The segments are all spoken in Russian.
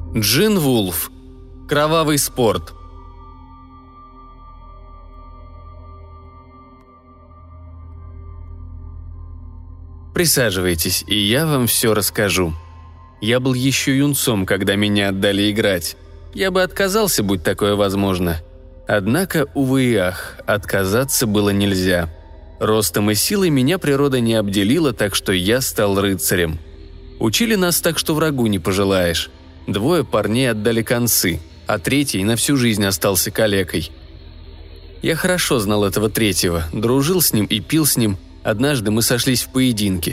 Джин Вулф. Кровавый спорт. Присаживайтесь, и я вам все расскажу. Я был еще юнцом, когда меня отдали играть. Я бы отказался, будь такое возможно. Однако, увы и ах, отказаться было нельзя. Ростом и силой меня природа не обделила, так что я стал рыцарем. Учили нас так, что врагу не пожелаешь. 2 парней отдали концы, а 3 на всю жизнь остался калекой. Я хорошо знал этого 3-го, дружил с ним и пил с ним. Однажды мы сошлись в поединке.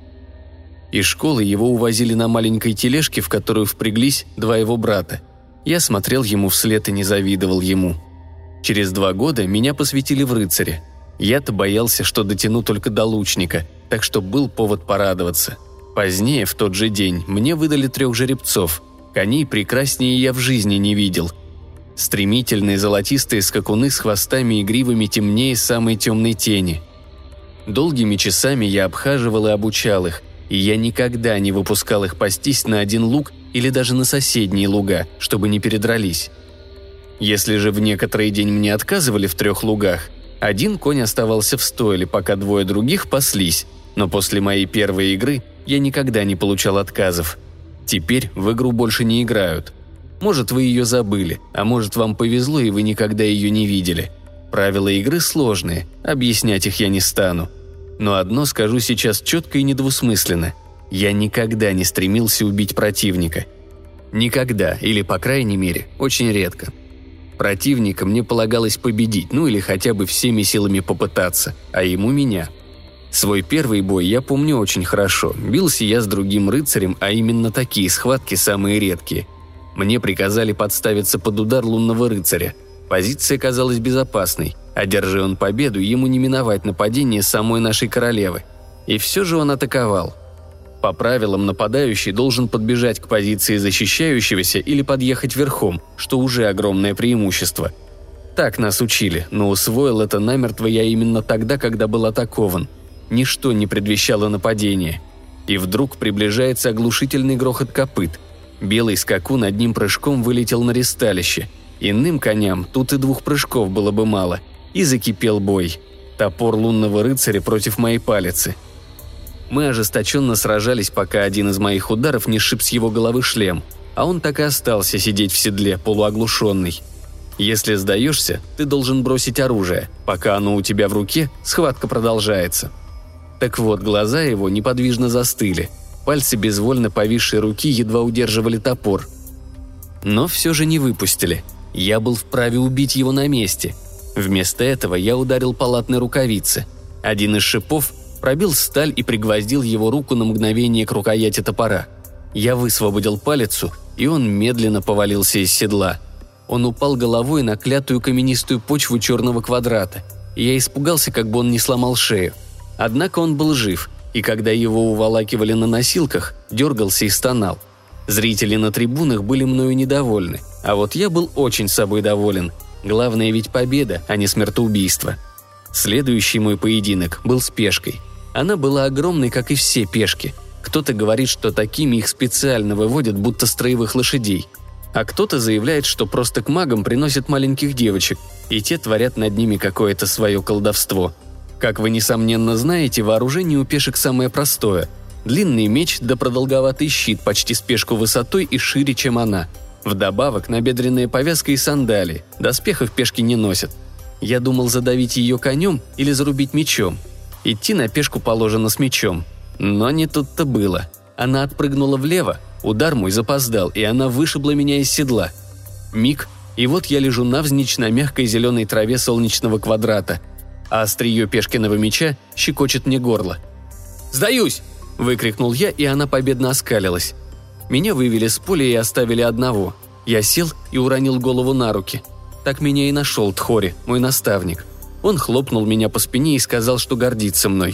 Из школы его увозили на маленькой тележке, в которую впряглись 2 его брата. Я смотрел ему вслед и не завидовал ему. Через 2 года меня посвятили в рыцаре. Я-то боялся, что дотяну только до лучника, так что был повод порадоваться. Позднее, в тот же день, мне выдали 3 жеребцов. Коней прекраснее я в жизни не видел. Стремительные золотистые скакуны с хвостами и гривами темнее самой темной тени. Долгими часами я обхаживал и обучал их, и я никогда не выпускал их пастись на один луг или даже на соседние луга, чтобы не передрались. Если же в некоторый день мне отказывали в 3 лугах, 1 конь оставался в стойле, пока 2 других паслись, но после моей первой игры я никогда не получал отказов. Теперь в игру больше не играют. Может, вы ее забыли, а может, вам повезло, и вы никогда ее не видели. Правила игры сложные, объяснять их я не стану. Но одно скажу сейчас четко и недвусмысленно. Я никогда не стремился убить противника. Никогда, или, по крайней мере, очень редко. Противника мне полагалось победить, или хотя бы всеми силами попытаться, а ему меня. Свой первый бой я помню очень хорошо. Бился я с другим рыцарем, а именно такие схватки самые редкие. Мне приказали подставиться под удар лунного рыцаря. Позиция казалась безопасной. Одержи он победу, ему не миновать нападение самой нашей королевы. И все же он атаковал. По правилам, нападающий должен подбежать к позиции защищающегося или подъехать верхом, что уже огромное преимущество. Так нас учили, но усвоил это намертво я именно тогда, когда был атакован. Ничто не предвещало нападения. И вдруг приближается оглушительный грохот копыт. Белый скакун одним прыжком вылетел на ристалище. Иным коням тут и 2 прыжков было бы мало. И закипел бой. Топор лунного рыцаря против моей палицы. Мы ожесточенно сражались, пока один из моих ударов не сшиб с его головы шлем, а он так и остался сидеть в седле, полуоглушенный. Если сдаешься, ты должен бросить оружие. Пока оно у тебя в руке, схватка продолжается. Так вот, глаза его неподвижно застыли. Пальцы безвольно повисшей руки едва удерживали топор. Но все же не выпустили. Я был вправе убить его на месте. Вместо этого я ударил по латной рукавице. Один из шипов пробил сталь и пригвоздил его руку на мгновение к рукояти топора. Я высвободил палицу, и он медленно повалился из седла. Он упал головой на клятую каменистую почву черного квадрата, и я испугался, как бы он не сломал шею. Однако он был жив, и когда его уволакивали на носилках, дергался и стонал. Зрители на трибунах были мною недовольны, а вот я был очень собой доволен. Главное ведь победа, а не смертоубийство. Следующий мой поединок был с пешкой. Она была огромной, как и все пешки. Кто-то говорит, что такими их специально выводят, будто строевых лошадей. А кто-то заявляет, что просто к магам приносят маленьких девочек, и те творят над ними какое-то свое колдовство. Как вы, несомненно, знаете, вооружение у пешек самое простое. Длинный меч да продолговатый щит почти с пешку высотой и шире, чем она. Вдобавок набедренная повязка и сандалии. Доспехов пешки не носят. Я думал задавить ее конем или зарубить мечом. Идти на пешку положено с мечом. Но не тут-то было. Она отпрыгнула влево, удар мой запоздал, и она вышибла меня из седла. Миг, и вот я лежу навзничь на мягкой зеленой траве солнечного квадрата, а острие пешкиного меча щекочет мне горло. «Сдаюсь!» – выкрикнул я, и она победно оскалилась. Меня вывели с поля и оставили одного. Я сел и уронил голову на руки. Так меня и нашел Тхори, мой наставник. Он хлопнул меня по спине и сказал, что гордится мной.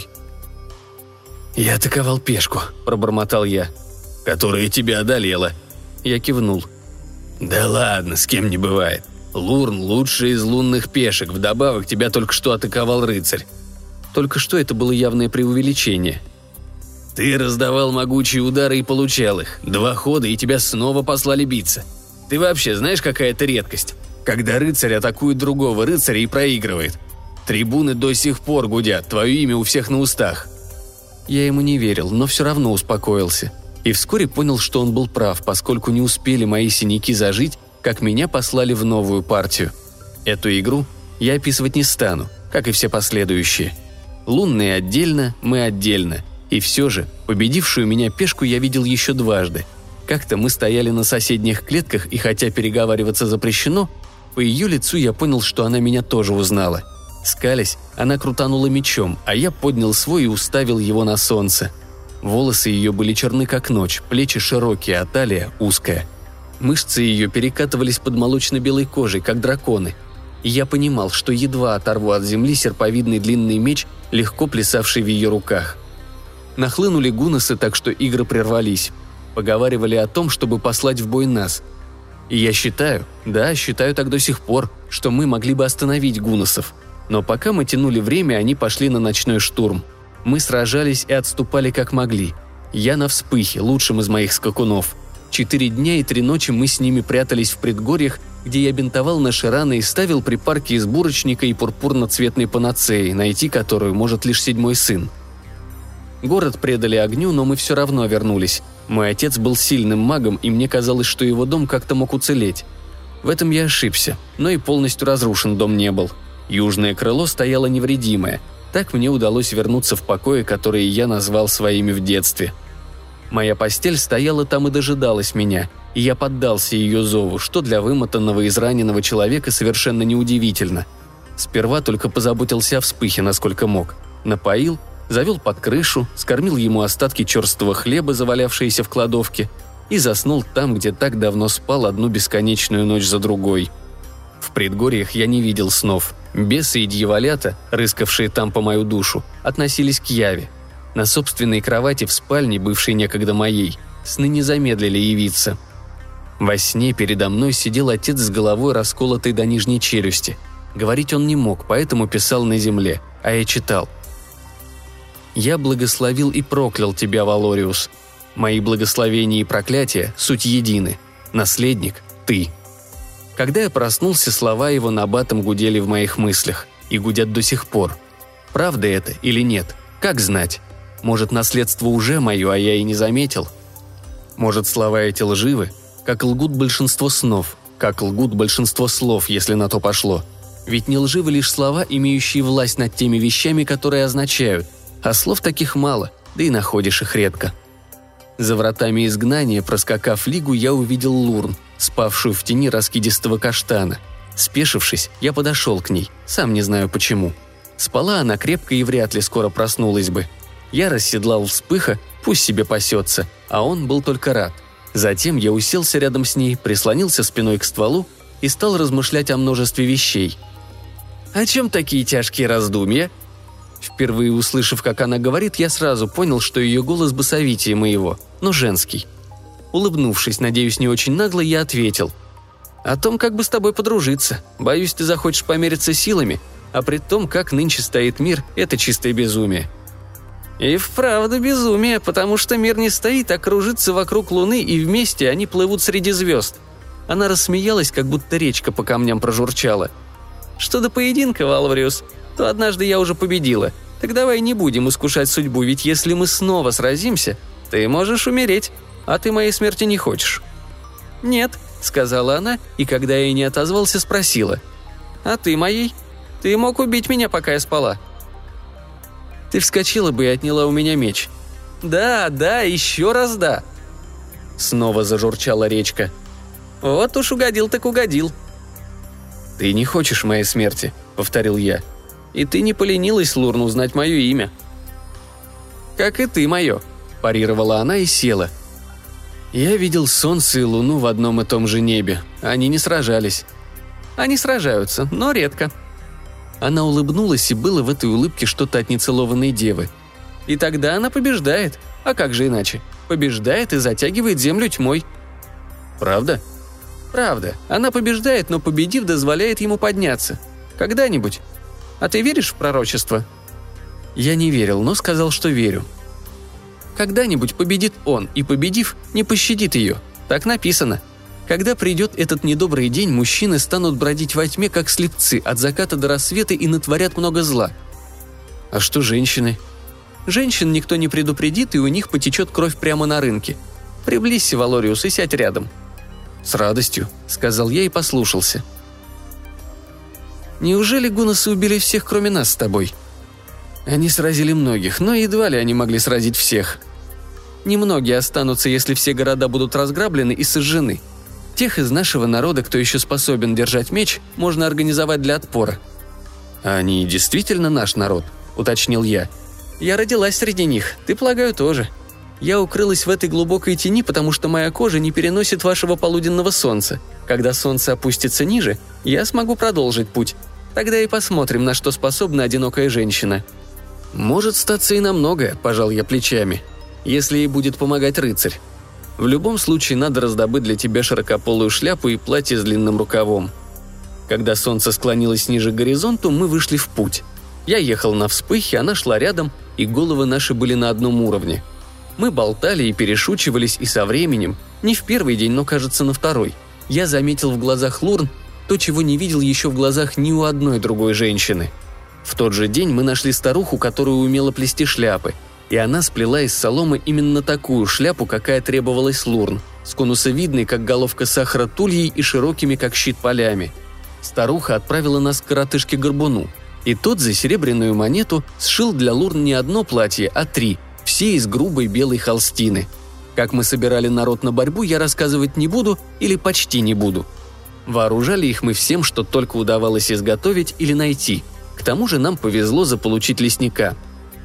«Я атаковал пешку», – пробормотал я. «Которая тебя одолела». Я кивнул. «Да ладно, с кем не бывает. Лурн – лучший из лунных пешек, вдобавок тебя только что атаковал рыцарь». Только что это было явное преувеличение. Ты раздавал могучие удары и получал их. 2 хода, и тебя снова послали биться. Ты вообще знаешь, какая это редкость? Когда рыцарь атакует другого рыцаря и проигрывает. Трибуны до сих пор гудят, твое имя у всех на устах». Я ему не верил, но все равно успокоился. И вскоре понял, что он был прав, поскольку не успели мои синяки зажить, как меня послали в новую партию. Эту игру я описывать не стану, как и все последующие. Лунные отдельно, мы отдельно. И все же, победившую меня пешку я видел еще дважды. Как-то мы стояли на соседних клетках, и хотя переговариваться запрещено, по ее лицу я понял, что она меня тоже узнала. Скалясь, она крутанула мечом, а я поднял свой и уставил его на солнце. Волосы ее были черны как ночь, плечи широкие, а талия узкая. Мышцы ее перекатывались под молочно-белой кожей, как драконы. И я понимал, что едва оторву от земли серповидный длинный меч, легко плясавший в ее руках. Нахлынули гуннесы, так что игры прервались. Поговаривали о том, чтобы послать в бой нас. И я считаю так до сих пор, что мы могли бы остановить гуннесов. Но пока мы тянули время, они пошли на ночной штурм. Мы сражались и отступали как могли. Я на вспыхе, лучшим из моих скакунов. 4 дня и 3 ночи мы с ними прятались в предгорьях, где я бинтовал наши раны и ставил припарки из бурочника и пурпурно-цветной панацеи, найти которую может лишь 7-й сын. Город предали огню, но мы все равно вернулись. Мой отец был сильным магом, и мне казалось, что его дом как-то мог уцелеть. В этом я ошибся, но и полностью разрушен дом не был. Южное крыло стояло невредимое. Так мне удалось вернуться в покои, которые я назвал своими в детстве. Моя постель стояла там и дожидалась меня, и я поддался ее зову, что для вымотанного и израненного человека совершенно неудивительно. Сперва только позаботился о вспыхе, насколько мог. Напоил, завел под крышу, скормил ему остатки черствого хлеба, завалявшиеся в кладовке, и заснул там, где так давно спал одну бесконечную ночь за другой. В предгорьях я не видел снов. Бесы и дьяволята, рыскавшие там по мою душу, относились к яве. На собственной кровати в спальне, бывшей некогда моей, сны не замедлили явиться. Во сне передо мной сидел отец с головой, расколотой до нижней челюсти. Говорить он не мог, поэтому писал на земле, а я читал. «Я благословил и проклял тебя, Валориус. Мои благословения и проклятия – суть едины. Наследник – ты». Когда я проснулся, слова его набатом гудели в моих мыслях. И гудят до сих пор. Правда это или нет? Как знать? Может, наследство уже мое, а я и не заметил? Может, слова эти лживы? Как лгут большинство снов. Как лгут большинство слов, если на то пошло. Ведь не лживы лишь слова, имеющие власть над теми вещами, которые означают. А слов таких мало, да и находишь их редко. За вратами изгнания, проскакав лигу, я увидел Лурн, спавшую в тени раскидистого каштана. Спешившись, я подошел к ней, сам не знаю почему. Спала она крепко и вряд ли скоро проснулась бы. Я расседлал вспыха, пусть себе пасется, а он был только рад. Затем я уселся рядом с ней, прислонился спиной к стволу и стал размышлять о множестве вещей. «О чем такие тяжкие раздумья?» Впервые услышав, как она говорит, я сразу понял, что ее голос басовитее моего, но женский. Улыбнувшись, надеюсь, не очень нагло, я ответил. «О том, как бы с тобой подружиться. Боюсь, ты захочешь помериться силами, а при том, как нынче стоит мир, это чистое безумие». «И вправду безумие, потому что мир не стоит, а кружится вокруг Луны, и вместе они плывут среди звезд». Она рассмеялась, как будто речка по камням прожурчала. «Что до поединка, Валориус, то однажды я уже победила. Так давай не будем искушать судьбу, ведь если мы снова сразимся, ты можешь умереть, а ты моей смерти не хочешь». «Нет», — сказала она, и когда я ей не отозвался, спросила. «А ты моей? Ты мог убить меня, пока я спала». «Ты вскочила бы и отняла у меня меч». «Да, еще раз да». Снова зажурчала речка. «Вот уж угодил так угодил». «Ты не хочешь моей смерти», — повторил я. «И ты не поленилась, Лурн, узнать мое имя». «Как и ты мое», — парировала она и села. Я видел солнце и луну в одном и том же небе. Они не сражались. Они сражаются, но редко. Она улыбнулась, и было в этой улыбке что-то от нецелованной девы. И тогда она побеждает. А как же иначе? Побеждает и затягивает землю тьмой. Правда? Правда. Она побеждает, но победив, дозволяет ему подняться. Когда-нибудь. А ты веришь в пророчество? Я не верил, но сказал, что верю. Когда-нибудь победит он, и, победив, не пощадит ее. Так написано. Когда придет этот недобрый день, мужчины станут бродить во тьме, как слепцы, от заката до рассвета и натворят много зла. А что женщины? Женщин никто не предупредит, и у них потечет кровь прямо на рынке. Приблизься, Валориус, и сядь рядом. С радостью, сказал я и послушался. Неужели гуннасы убили всех, кроме нас с тобой? Они сразили многих, но едва ли они могли сразить всех. Немногие останутся, если все города будут разграблены и сожжены. Тех из нашего народа, кто еще способен держать меч, можно организовать для отпора. А они действительно наш народ, уточнил я. Я родилась среди них, ты, полагаю, тоже. Я укрылась в этой глубокой тени, потому что моя кожа не переносит вашего полуденного солнца. Когда солнце опустится ниже, я смогу продолжить путь. Тогда и посмотрим, на что способна одинокая женщина. Может статься и на многое, пожал я плечами, если ей будет помогать рыцарь. В любом случае надо раздобыть для тебя широкополую шляпу и платье с длинным рукавом. Когда солнце склонилось ниже к горизонту, мы вышли в путь. Я ехал на вспыхе, она шла рядом, и головы наши были на одном уровне. Мы болтали и перешучивались, и со временем, не в первый день, но, кажется, на второй, я заметил в глазах Лурн то, чего не видел еще в глазах ни у одной другой женщины. В тот же день мы нашли старуху, которая умела плести шляпы, и она сплела из соломы именно такую шляпу, какая требовалась Лурн, с конусовидной, как головка сахара, тульей и широкими, как щит, полями. Старуха отправила нас к коротышке-горбуну, и тот за серебряную монету сшил для Лурн не одно платье, а 3, все из грубой белой холстины. Как мы собирали народ на борьбу, я рассказывать не буду или почти не буду. Вооружали их мы всем, что только удавалось изготовить или найти. К тому же нам повезло заполучить лесника.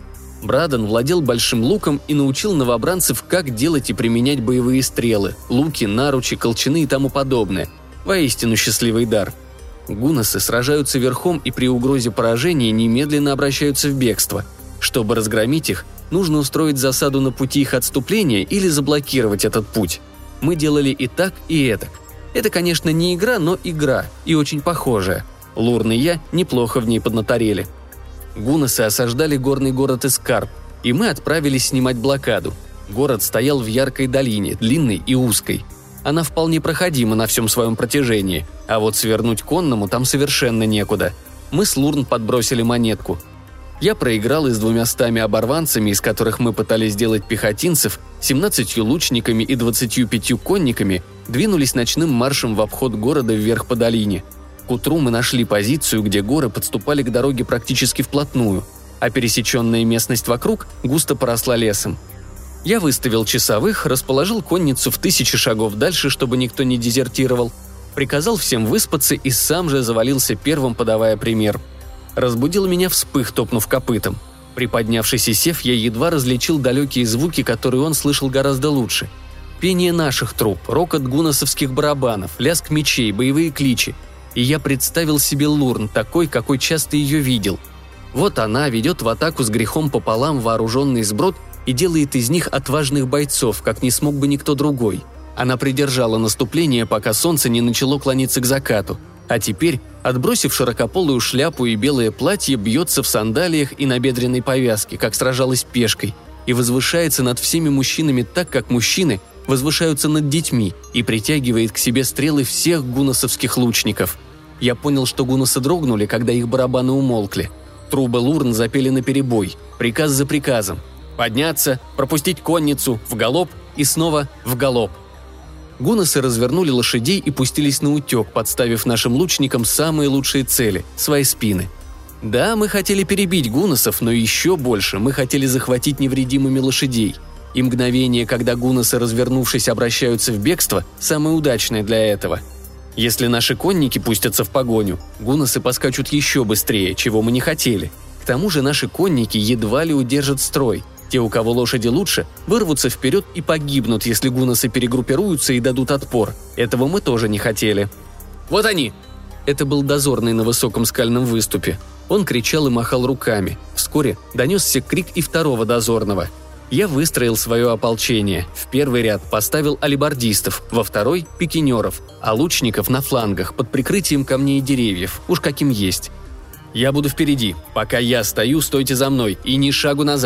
Брадан владел большим луком и научил новобранцев, как делать и применять боевые стрелы, луки, наручи, колчаны и тому подобное. Воистину счастливый дар. Гуннасы сражаются верхом и при угрозе поражения немедленно обращаются в бегство. Чтобы разгромить их, нужно устроить засаду на пути их отступления или заблокировать этот путь. Мы делали и так, и этак. Это, конечно, не игра, но игра, и очень похожая. Лурн и я неплохо в ней поднаторели. Гуннасы осаждали горный город Искарп, и мы отправились снимать блокаду. Город стоял в яркой долине, длинной и узкой. Она вполне проходима на всем своем протяжении, а вот свернуть конному там совершенно некуда. Мы с Лурн подбросили монетку. Я проиграл и с 200 оборванцами, из которых мы пытались сделать пехотинцев, 17 лучниками и 25 конниками, двинулись ночным маршем в обход города вверх по долине. К утру мы нашли позицию, где горы подступали к дороге практически вплотную, а пересеченная местность вокруг густо поросла лесом. Я выставил часовых, расположил конницу в 1000 шагов дальше, чтобы никто не дезертировал, приказал всем выспаться и сам же завалился первым, подавая пример. Разбудил меня вспых, топнув копытом. Приподнявшись и сев, я едва различил далекие звуки, которые он слышал гораздо лучше. Пение наших труп, рокот гуннасовских барабанов, лязг мечей, боевые кличи. И я представил себе Лурн, такой, какой часто ее видел. Вот она ведет в атаку с грехом пополам вооруженный сброд и делает из них отважных бойцов, как не смог бы никто другой. Она придержала наступление, пока солнце не начало клониться к закату. А теперь, отбросив широкополую шляпу и белое платье, бьется в сандалиях и набедренной повязке, как сражалась пешкой, и возвышается над всеми мужчинами так, как мужчины возвышаются над детьми, и притягивает к себе стрелы всех гуннасовских лучников. Я понял, что гуннасы дрогнули, когда их барабаны умолкли. Трубы Лурн запели наперебой, приказ за приказом. Подняться, пропустить конницу, в галоп и снова в галоп. Гуннасы развернули лошадей и пустились на утек, подставив нашим лучникам самые лучшие цели – свои спины. Да, мы хотели перебить гуннасов, но еще больше мы хотели захватить невредимыми лошадей. И мгновение, когда гуннасы, развернувшись, обращаются в бегство, самое удачное для этого. Если наши конники пустятся в погоню, гуннасы поскачут еще быстрее, чего мы не хотели. К тому же наши конники едва ли удержат строй. Те, у кого лошади лучше, вырвутся вперед и погибнут, если гуннасы перегруппируются и дадут отпор. Этого мы тоже не хотели. «Вот они!» Это был дозорный на высоком скальном выступе. Он кричал и махал руками. Вскоре донесся крик и второго дозорного. Я выстроил свое ополчение. В первый ряд поставил алибардистов, во второй – пикинеров, а лучников на флангах под прикрытием камней и деревьев, уж каким есть. «Я буду впереди. Пока я стою, стойте за мной, и ни шагу назад.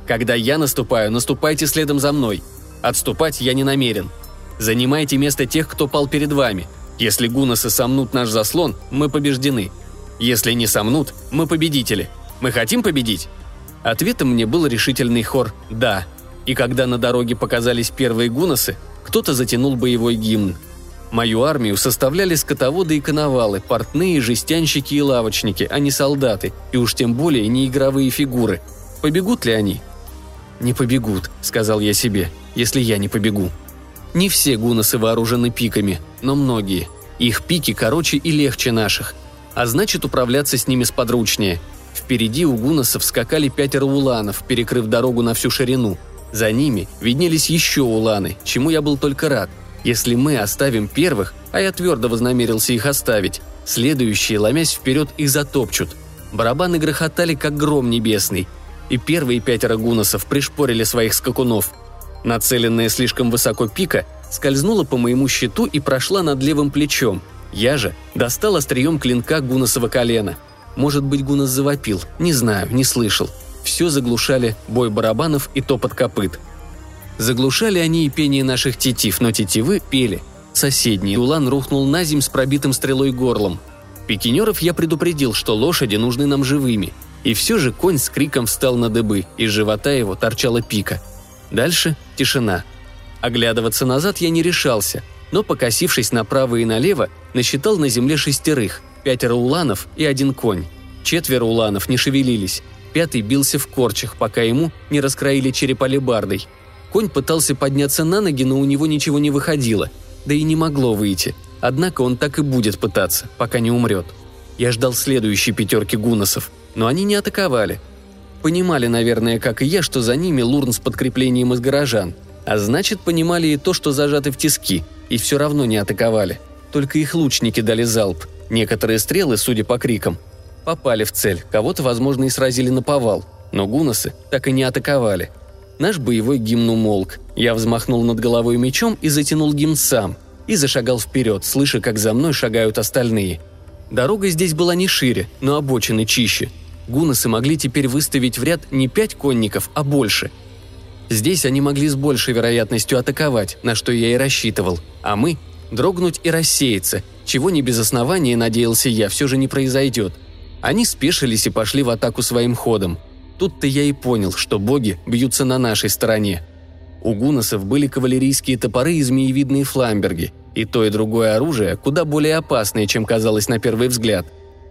Когда я наступаю, наступайте следом за мной. Отступать я не намерен. Занимайте место тех, кто пал перед вами. Если гуннасы сомнут наш заслон, мы побеждены. Если не сомнут, мы победители. Мы хотим победить?» Ответом мне был решительный хор «да». И когда на дороге показались первые гуннасы, кто-то затянул боевой гимн. Мою армию составляли скотоводы и коновалы, портные, жестянщики и лавочники, а не солдаты, и уж тем более не игровые фигуры. Побегут ли они? «Не побегут», — сказал я себе, — «если я не побегу». Не все гуннасы вооружены пиками, но многие. Их пики короче и легче наших, а значит, управляться с ними сподручнее. Впереди у гуннасов скакали 5 уланов, перекрыв дорогу на всю ширину. За ними виднелись еще уланы, чему я был только рад. Если мы оставим первых, а я твердо вознамерился их оставить, следующие, ломясь вперед, их затопчут. Барабаны грохотали, как гром небесный, и первые 5 гуннасов пришпорили своих скакунов. Нацеленная слишком высоко пика скользнула по моему щиту и прошла над левым плечом. Я же достал острием клинка гуннасова колена. Может быть, гуннас завопил, не знаю, не слышал. Все заглушали бой барабанов и топот копыт. Заглушали они и пение наших тетив, но тетивы пели. Соседний улан рухнул наземь с пробитым стрелой горлом. Пикинеров я предупредил, что лошади нужны нам живыми. И все же конь с криком встал на дыбы, из живота его торчала пика. Дальше тишина. Оглядываться назад я не решался, но, покосившись направо и налево, насчитал на земле 6, 5 уланов и 1 конь. 4 уланов не шевелились. 5 бился в корчах, пока ему не раскроили череп алебардой. Конь пытался подняться на ноги, но у него ничего не выходило. Да и не могло выйти. Однако он так и будет пытаться, пока не умрет. Я ждал следующей 5 гуннасов, но они не атаковали. Понимали, наверное, как и я, что за ними Лурн с подкреплением из горожан. А значит, понимали и то, что зажаты в тиски, и все равно не атаковали. Только их лучники дали залп. Некоторые стрелы, судя по крикам, попали в цель, кого-то, возможно, и сразили наповал. Но гуннасы так и не атаковали. Наш боевой гимн умолк. Я взмахнул над головой мечом и затянул гимн сам. И зашагал вперед, слыша, как за мной шагают остальные. Дорога здесь была не шире, но обочины чище. Гуннасы могли теперь выставить в ряд не 5 конников, а больше. Здесь они могли с большей вероятностью атаковать, на что я и рассчитывал. А мы – дрогнуть и рассеяться, чего не без основания, надеялся я, все же не произойдет. Они спешились и пошли в атаку своим ходом. Тут-то я и понял, что боги бьются на нашей стороне. У гуннасов были кавалерийские топоры и змеевидные фламберги, и то и другое оружие куда более опасное, чем казалось на первый взгляд.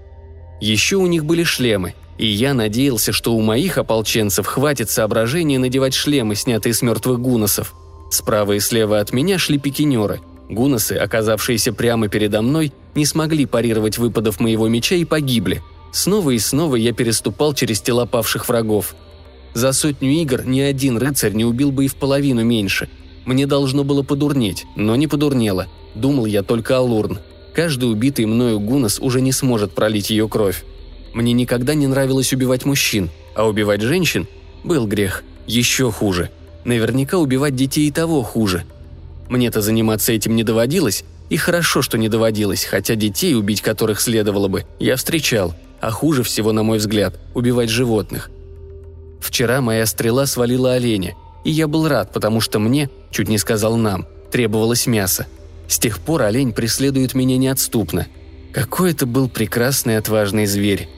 Еще у них были шлемы, и я надеялся, что у моих ополченцев хватит соображения надевать шлемы, снятые с мертвых гуннасов. Справа и слева от меня шли пикинеры. Гуннасы, оказавшиеся прямо передо мной, не смогли парировать выпадов моего меча и погибли. Снова и снова я переступал через тела павших врагов. За 100 игр ни один рыцарь не убил бы и в половину меньше. Мне должно было подурнеть, но не подурнело. Думал я только о Лурн. Каждый убитый мною гуннас уже не сможет пролить ее кровь. Мне никогда не нравилось убивать мужчин, а убивать женщин был грех. Еще хуже. Наверняка убивать детей и того хуже. Мне-то заниматься этим не доводилось, и хорошо, что не доводилось, хотя детей, убить которых следовало бы, я встречал. А хуже всего, на мой взгляд, убивать животных. Вчера моя стрела свалила оленя, и я был рад, потому что мне, чуть не сказал нам, требовалось мясо. С тех пор олень преследует меня неотступно. Какой это был прекрасный и отважный зверь.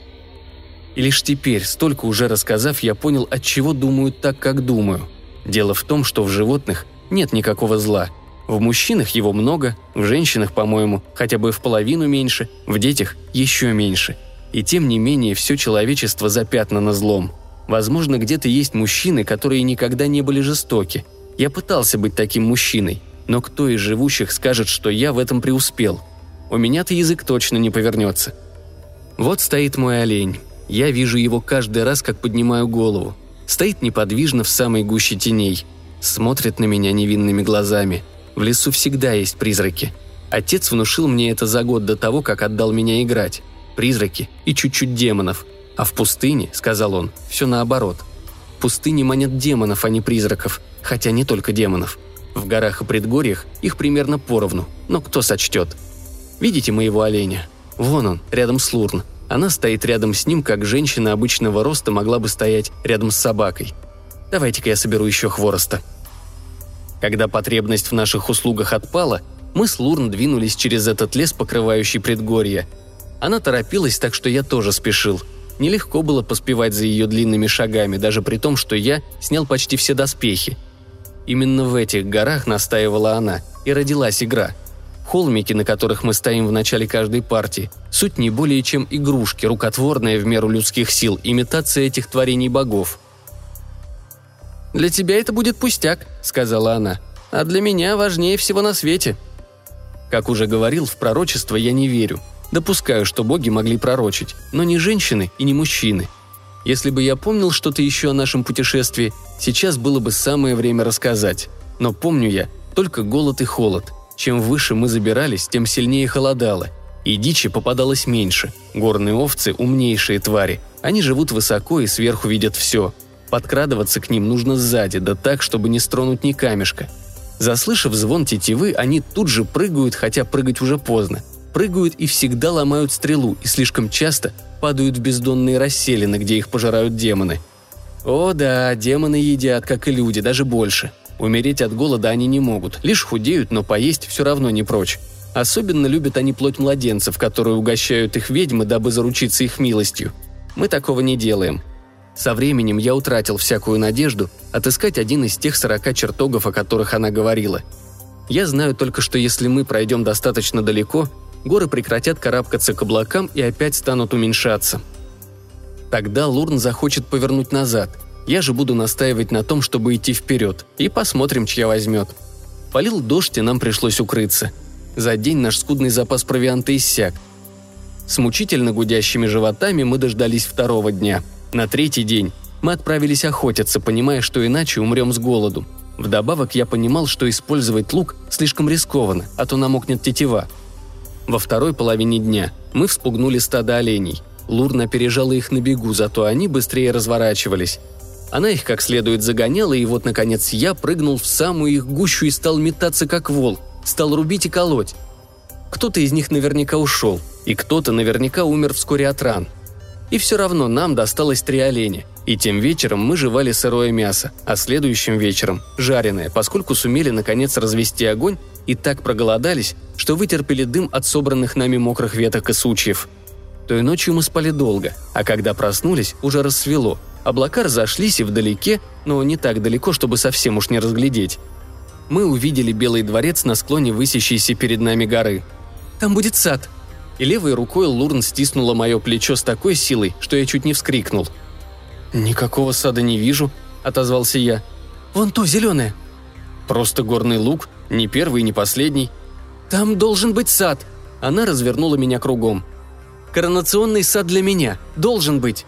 И лишь теперь, столько уже рассказав, я понял, отчего думаю так, как думаю. Дело в том, что в животных нет никакого зла. В мужчинах его много, в женщинах, по-моему, хотя бы в половину меньше, в детях еще меньше. И тем не менее все человечество запятнано злом. Возможно, где-то есть мужчины, которые никогда не были жестоки. Я пытался быть таким мужчиной, но кто из живущих скажет, что я в этом преуспел? У меня-то язык точно не повернется. Вот стоит мой олень. Я вижу его каждый раз, как поднимаю голову. Стоит неподвижно в самой гуще теней. Смотрит на меня невинными глазами. В лесу всегда есть призраки. Отец внушил мне это за год до того, как отдал меня играть. Призраки и чуть-чуть демонов. А в пустыне, сказал он, все наоборот. В пустыне манят демонов, а не призраков, хотя не только демонов. В горах и предгорьях их примерно поровну, но кто сочтет? Видите моего оленя? Вон он, рядом с Лурн. Она стоит рядом с ним, как женщина обычного роста могла бы стоять рядом с собакой. Давайте-ка я соберу еще хвороста». Когда потребность в наших услугах отпала, мы с Лурн двинулись через этот лес, покрывающий предгорье. Она торопилась, так что я тоже спешил. Нелегко было поспевать за ее длинными шагами, даже при том, что я снял почти все доспехи. Именно в этих горах, настаивала она, и родилась игра. Холмики, на которых мы стоим в начале каждой партии, суть не более чем игрушки, рукотворная в меру людских сил, имитация этих творений богов. «Для тебя это будет пустяк», — сказала она, — «а для меня важнее всего на свете». Как уже говорил, в пророчество я не верю. Допускаю, что боги могли пророчить, но не женщины и не мужчины. Если бы я помнил что-то еще о нашем путешествии, сейчас было бы самое время рассказать. Но помню я только голод и холод. Чем выше мы забирались, тем сильнее холодало. И дичи попадалось меньше. Горные овцы – умнейшие твари. Они живут высоко и сверху видят все. Подкрадываться к ним нужно сзади, да так, чтобы не стронуть ни камешка. Заслышав звон тетивы, они тут же прыгают, хотя прыгать уже поздно. Прыгают и всегда ломают стрелу, и слишком часто падают в бездонные расселины, где их пожирают демоны. О да, демоны едят, как и люди, даже больше. Умереть от голода они не могут, лишь худеют, но поесть все равно не прочь. Особенно любят они плоть младенцев, которые угощают их ведьмы, дабы заручиться их милостью. Мы такого не делаем. Со временем я утратил всякую надежду отыскать один из тех 40 чертогов, о которых она говорила. Я знаю только, что если мы пройдем достаточно далеко, горы прекратят карабкаться к облакам и опять станут уменьшаться. Тогда Лурн захочет повернуть назад. Я же буду настаивать на том, чтобы идти вперед, и посмотрим, чья возьмет. Полил дождь, и нам пришлось укрыться. За день наш скудный запас провианта иссяк. С мучительно гудящими животами мы дождались второго дня. На третий день мы отправились охотиться, понимая, что иначе умрем с голоду. Вдобавок я понимал, что использовать лук слишком рискованно, а то намокнет тетива. Во второй половине дня мы вспугнули стадо оленей. Лурн опережала их на бегу, зато они быстрее разворачивались. Она их как следует загоняла, и вот, наконец, я прыгнул в самую их гущу и стал метаться, как волк, стал рубить и колоть. Кто-то из них наверняка ушел, и кто-то наверняка умер вскоре от ран. И все равно нам досталось 3 оленя, и тем вечером мы жевали сырое мясо, а следующим вечером – жареное, поскольку сумели, наконец, развести огонь и так проголодались, что вытерпели дым от собранных нами мокрых веток и сучьев. Той ночью мы спали долго, а когда проснулись, уже рассвело. Облака разошлись и вдалеке, но не так далеко, чтобы совсем уж не разглядеть. Мы увидели Белый дворец на склоне высящейся перед нами горы. «Там будет сад!» И левой рукой Лурн стиснула мое плечо с такой силой, что я чуть не вскрикнул. «Никакого сада не вижу», — отозвался я. «Вон то, зеленое». «Просто горный луг, не первый, не последний». «Там должен быть сад». Она развернула меня кругом. «Коронационный сад для меня. Должен быть».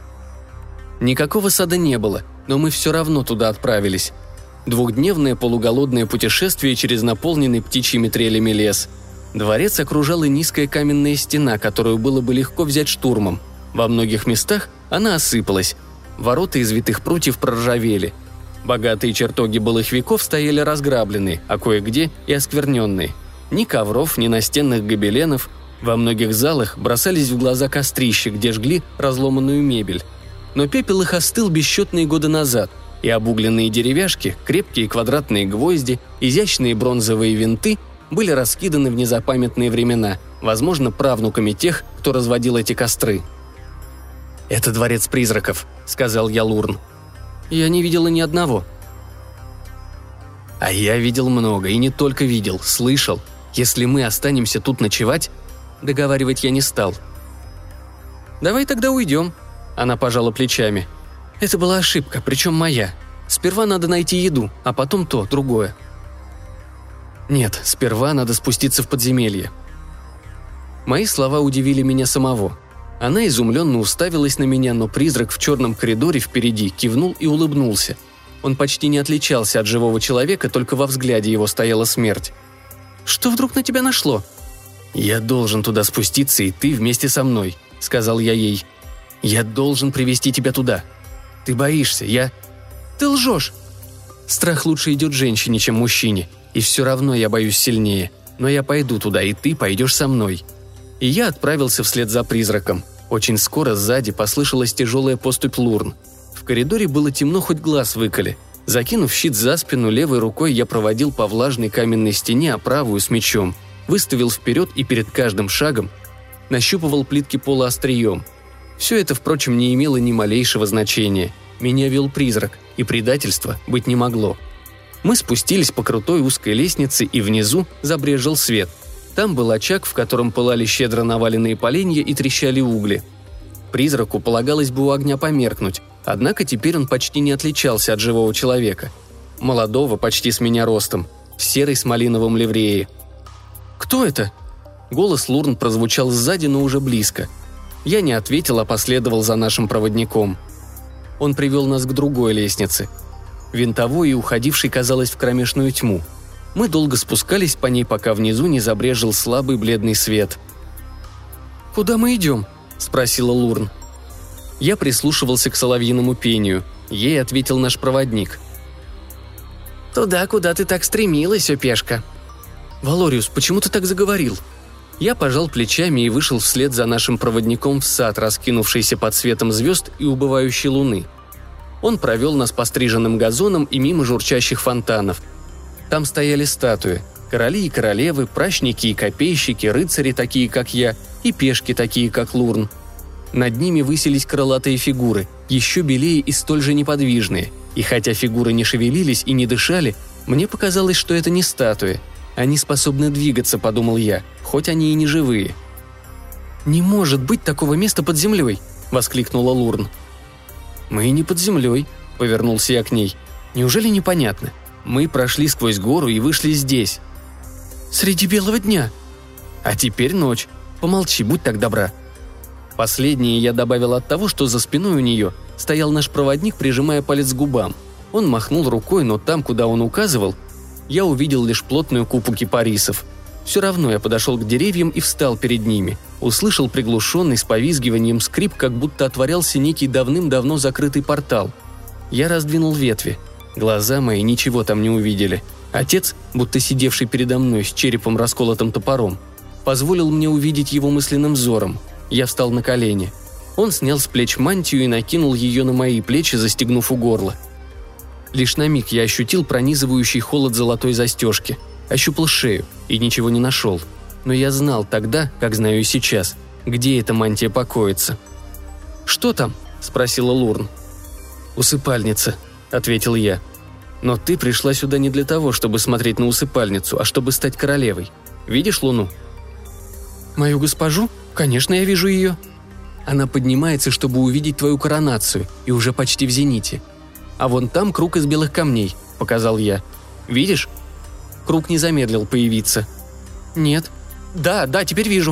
Никакого сада не было, но мы все равно туда отправились. 2-дневное полуголодное путешествие через наполненный птичьими трелями лес. Дворец окружала низкая каменная стена, которую было бы легко взять штурмом. Во многих местах она осыпалась. Ворота из витых прутьев проржавели. Богатые чертоги былых веков стояли разграбленные, а кое-где и оскверненные. Ни ковров, ни настенных гобеленов. Во многих залах бросались в глаза кострища, где жгли разломанную мебель. Но пепел их остыл бесчетные годы назад, и обугленные деревяшки, крепкие квадратные гвозди, изящные бронзовые винты были раскиданы в незапамятные времена, возможно, правнуками тех, кто разводил эти костры. «Это дворец призраков», — сказал я Лурн. «Я не видела ни одного». «А я видел много, и не только видел, слышал. Если мы останемся тут ночевать...» Договаривать я не стал. «Давай тогда уйдем», — она пожала плечами. «Это была ошибка, причем моя. Сперва надо найти еду, а потом то, другое». «Нет, сперва надо спуститься в подземелье». Мои слова удивили меня самого. Она изумленно уставилась на меня, но призрак в черном коридоре впереди кивнул и улыбнулся. Он почти не отличался от живого человека, только во взгляде его стояла смерть. «Что вдруг на тебя нашло?» «Я должен туда спуститься, и ты вместе со мной», — сказал я ей. «Я должен привести тебя туда. Ты боишься, я...» «Ты лжешь!» «Страх лучше идет женщине, чем мужчине. И все равно я боюсь сильнее. Но я пойду туда, и ты пойдешь со мной». И я отправился вслед за призраком. Очень скоро сзади послышалась тяжелая поступь Лурн. В коридоре было темно, хоть глаз выколи. Закинув щит за спину, левой рукой я проводил по влажной каменной стене, а правую с мечом. Выставил вперед и перед каждым шагом нащупывал плитки пола острием. Все это, впрочем, не имело ни малейшего значения. Меня вел призрак, и предательства быть не могло. Мы спустились по крутой узкой лестнице, и внизу забрезжил свет. Там был очаг, в котором пылали щедро наваленные поленья и трещали угли. Призраку полагалось бы у огня померкнуть, однако теперь он почти не отличался от живого человека. Молодого, почти с меня ростом, в серой с малиновым ливреей. «Кто это?» Голос Лурн прозвучал сзади, но уже близко. Я не ответил, а последовал за нашим проводником. Он привел нас к другой лестнице. Винтовой и уходившей, казалось, в кромешную тьму. Мы долго спускались по ней, пока внизу не забрезжил слабый бледный свет. «Куда мы идем?» – спросила Лурн. Я прислушивался к соловьиному пению. Ей ответил наш проводник. «Туда, куда ты так стремилась, опешка». «Валориус, почему ты так заговорил?» Я пожал плечами и вышел вслед за нашим проводником в сад, раскинувшийся под светом звезд и убывающей луны. Он провел нас по стриженным газонам и мимо журчащих фонтанов. Там стояли статуи. Короли и королевы, пращники и копейщики, рыцари, такие как я, и пешки, такие как Лурн. Над ними высились крылатые фигуры, еще белее и столь же неподвижные. И хотя фигуры не шевелились и не дышали, мне показалось, что это не статуи. Они способны двигаться, подумал я, хоть они и не живые. «Не может быть такого места под землей!» – воскликнула Лурн. «Мы и не под землей», – повернулся я к ней. «Неужели непонятно? Мы прошли сквозь гору и вышли здесь. Среди белого дня. А теперь ночь. Помолчи, будь так добра». Последнее я добавил от того, что за спиной у нее стоял наш проводник, прижимая палец к губам. Он махнул рукой, но там, куда он указывал, я увидел лишь плотную купу кипарисов. Все равно я подошел к деревьям и встал перед ними. Услышал приглушенный с повизгиванием скрип, как будто отворялся некий давным-давно закрытый портал. Я раздвинул ветви. Глаза мои ничего там не увидели. Отец, будто сидевший передо мной с черепом расколотым топором, позволил мне увидеть его мысленным взором. Я встал на колени. Он снял с плеч мантию и накинул ее на мои плечи, застегнув у горла. Лишь на миг я ощутил пронизывающий холод золотой застежки. Ощупал шею и ничего не нашел. Но я знал тогда, как знаю и сейчас, где эта мантия покоится. «Что там?» – спросила Лурн. «Усыпальница», – ответил я. «Но ты пришла сюда не для того, чтобы смотреть на усыпальницу, а чтобы стать королевой. Видишь луну?» «Мою госпожу? Конечно, я вижу ее. Она поднимается, чтобы увидеть твою коронацию, и уже почти в зените. А вон там круг из белых камней», – показал я. «Видишь?» Круг не замедлил появиться. «Нет». «Да, теперь вижу».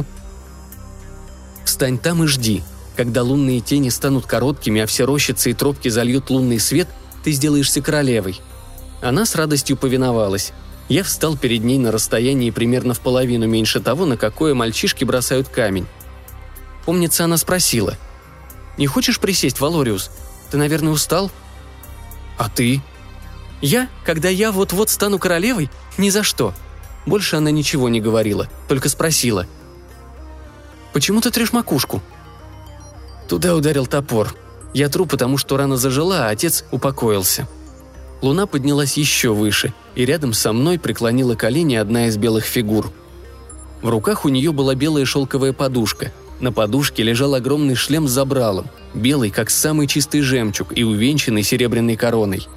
«Встань там и жди. Когда лунные тени станут короткими, а все рощицы и тропки зальют лунный свет, ты сделаешься королевой». Она с радостью повиновалась. Я встал перед ней на расстоянии примерно в половину меньше того, на какое мальчишки бросают камень. Помнится, она спросила. «Не хочешь присесть, Валориус? Ты, наверное, устал?» «А ты?» Когда я вот-вот стану королевой? Ни за что». Больше она ничего не говорила, только спросила. «Почему ты трешь макушку?» Туда ударил топор. Я тру, потому что рана зажила, а отец упокоился. Луна поднялась еще выше, и рядом со мной преклонила колени одна из белых фигур. В руках у нее была белая шелковая подушка. На подушке лежал огромный шлем с забралом, белый, как самый чистый жемчуг, и увенчанный серебряной короной.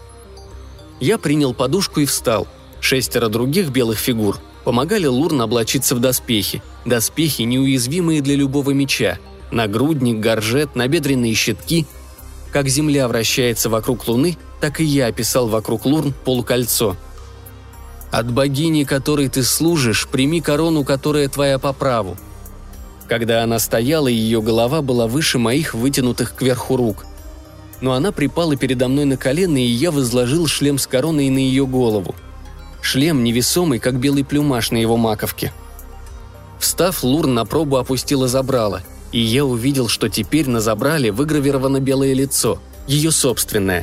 Я принял подушку и встал. 6 других белых фигур помогали Лурн облачиться в доспехи. Доспехи, неуязвимые для любого меча. Нагрудник, горжет, набедренные щитки. Как земля вращается вокруг Луны, так и я описал вокруг Лурн полукольцо. «От богини, которой ты служишь, прими корону, которая твоя по праву». Когда она стояла, ее голова была выше моих вытянутых кверху рук. Но она припала передо мной на колено, и я возложил шлем с короной на ее голову. Шлем невесомый, как белый плюмаж на его маковке. Встав, Лурн на пробу опустила забрало, и я увидел, что теперь на забрале выгравировано белое лицо, ее собственное.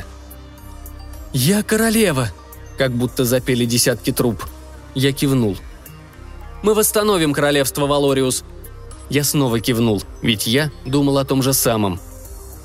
«Я королева!» – как будто запели десятки труб. Я кивнул. «Мы восстановим королевство, Валориус!» Я снова кивнул, ведь я думал о том же самом.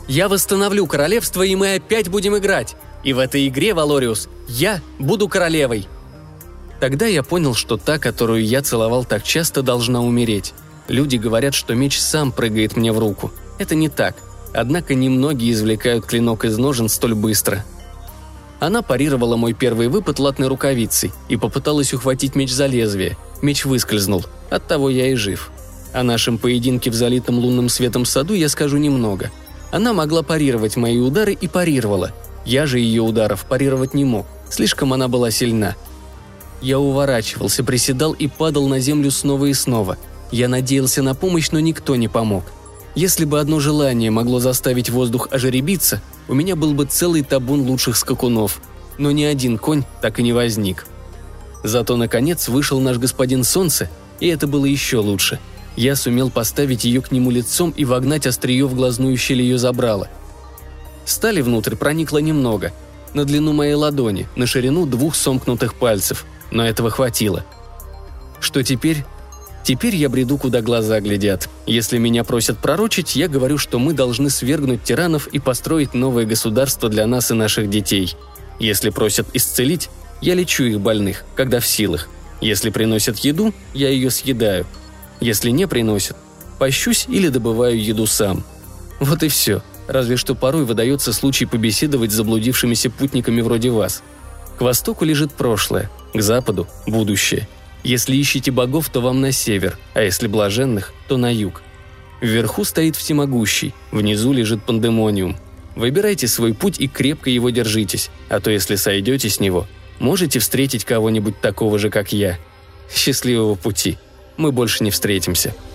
Я восстановлю королевство, и мы опять будем играть. И в этой игре, Валориус, я буду королевой». Тогда я понял, что та, которую я целовал так часто, должна умереть. Люди говорят, что меч сам прыгает мне в руку. Это не так. Однако немногие извлекают клинок из ножен столь быстро. Она парировала мой первый выпад латной рукавицей и попыталась ухватить меч за лезвие. Меч выскользнул. Оттого я и жив. О нашем поединке в залитом лунным светом саду я скажу немного. Она могла парировать мои удары и парировала. Я же ее ударов парировать не мог. Слишком она была сильна. Я уворачивался, приседал и падал на землю снова и снова. Я надеялся на помощь, но никто не помог. Если бы одно желание могло заставить воздух ожеребиться, у меня был бы целый табун лучших скакунов. Но ни один конь так и не возник. Зато, наконец, вышел наш господин Солнце, и это было еще лучше. Я сумел поставить ее к нему лицом и вогнать острие в глазную щель ее забрала. Стали внутрь проникло немного. На длину моей ладони, на ширину 2 сомкнутых пальцев. Но этого хватило. Что теперь? Теперь я бреду, куда глаза глядят. Если меня просят пророчить, я говорю, что мы должны свергнуть тиранов и построить новое государство для нас и наших детей. Если просят исцелить, я лечу их больных, когда в силах. Если приносят еду, я ее съедаю. Если не приносят, пощусь или добываю еду сам. Вот и все. Разве что порой выдается случай побеседовать с заблудившимися путниками вроде вас. К востоку лежит прошлое, к западу – будущее. Если ищете богов, то вам на север, а если блаженных, то на юг. Вверху стоит всемогущий, внизу лежит пандемониум. Выбирайте свой путь и крепко его держитесь, а то если сойдете с него, можете встретить кого-нибудь такого же, как я. Счастливого пути. Мы больше не встретимся.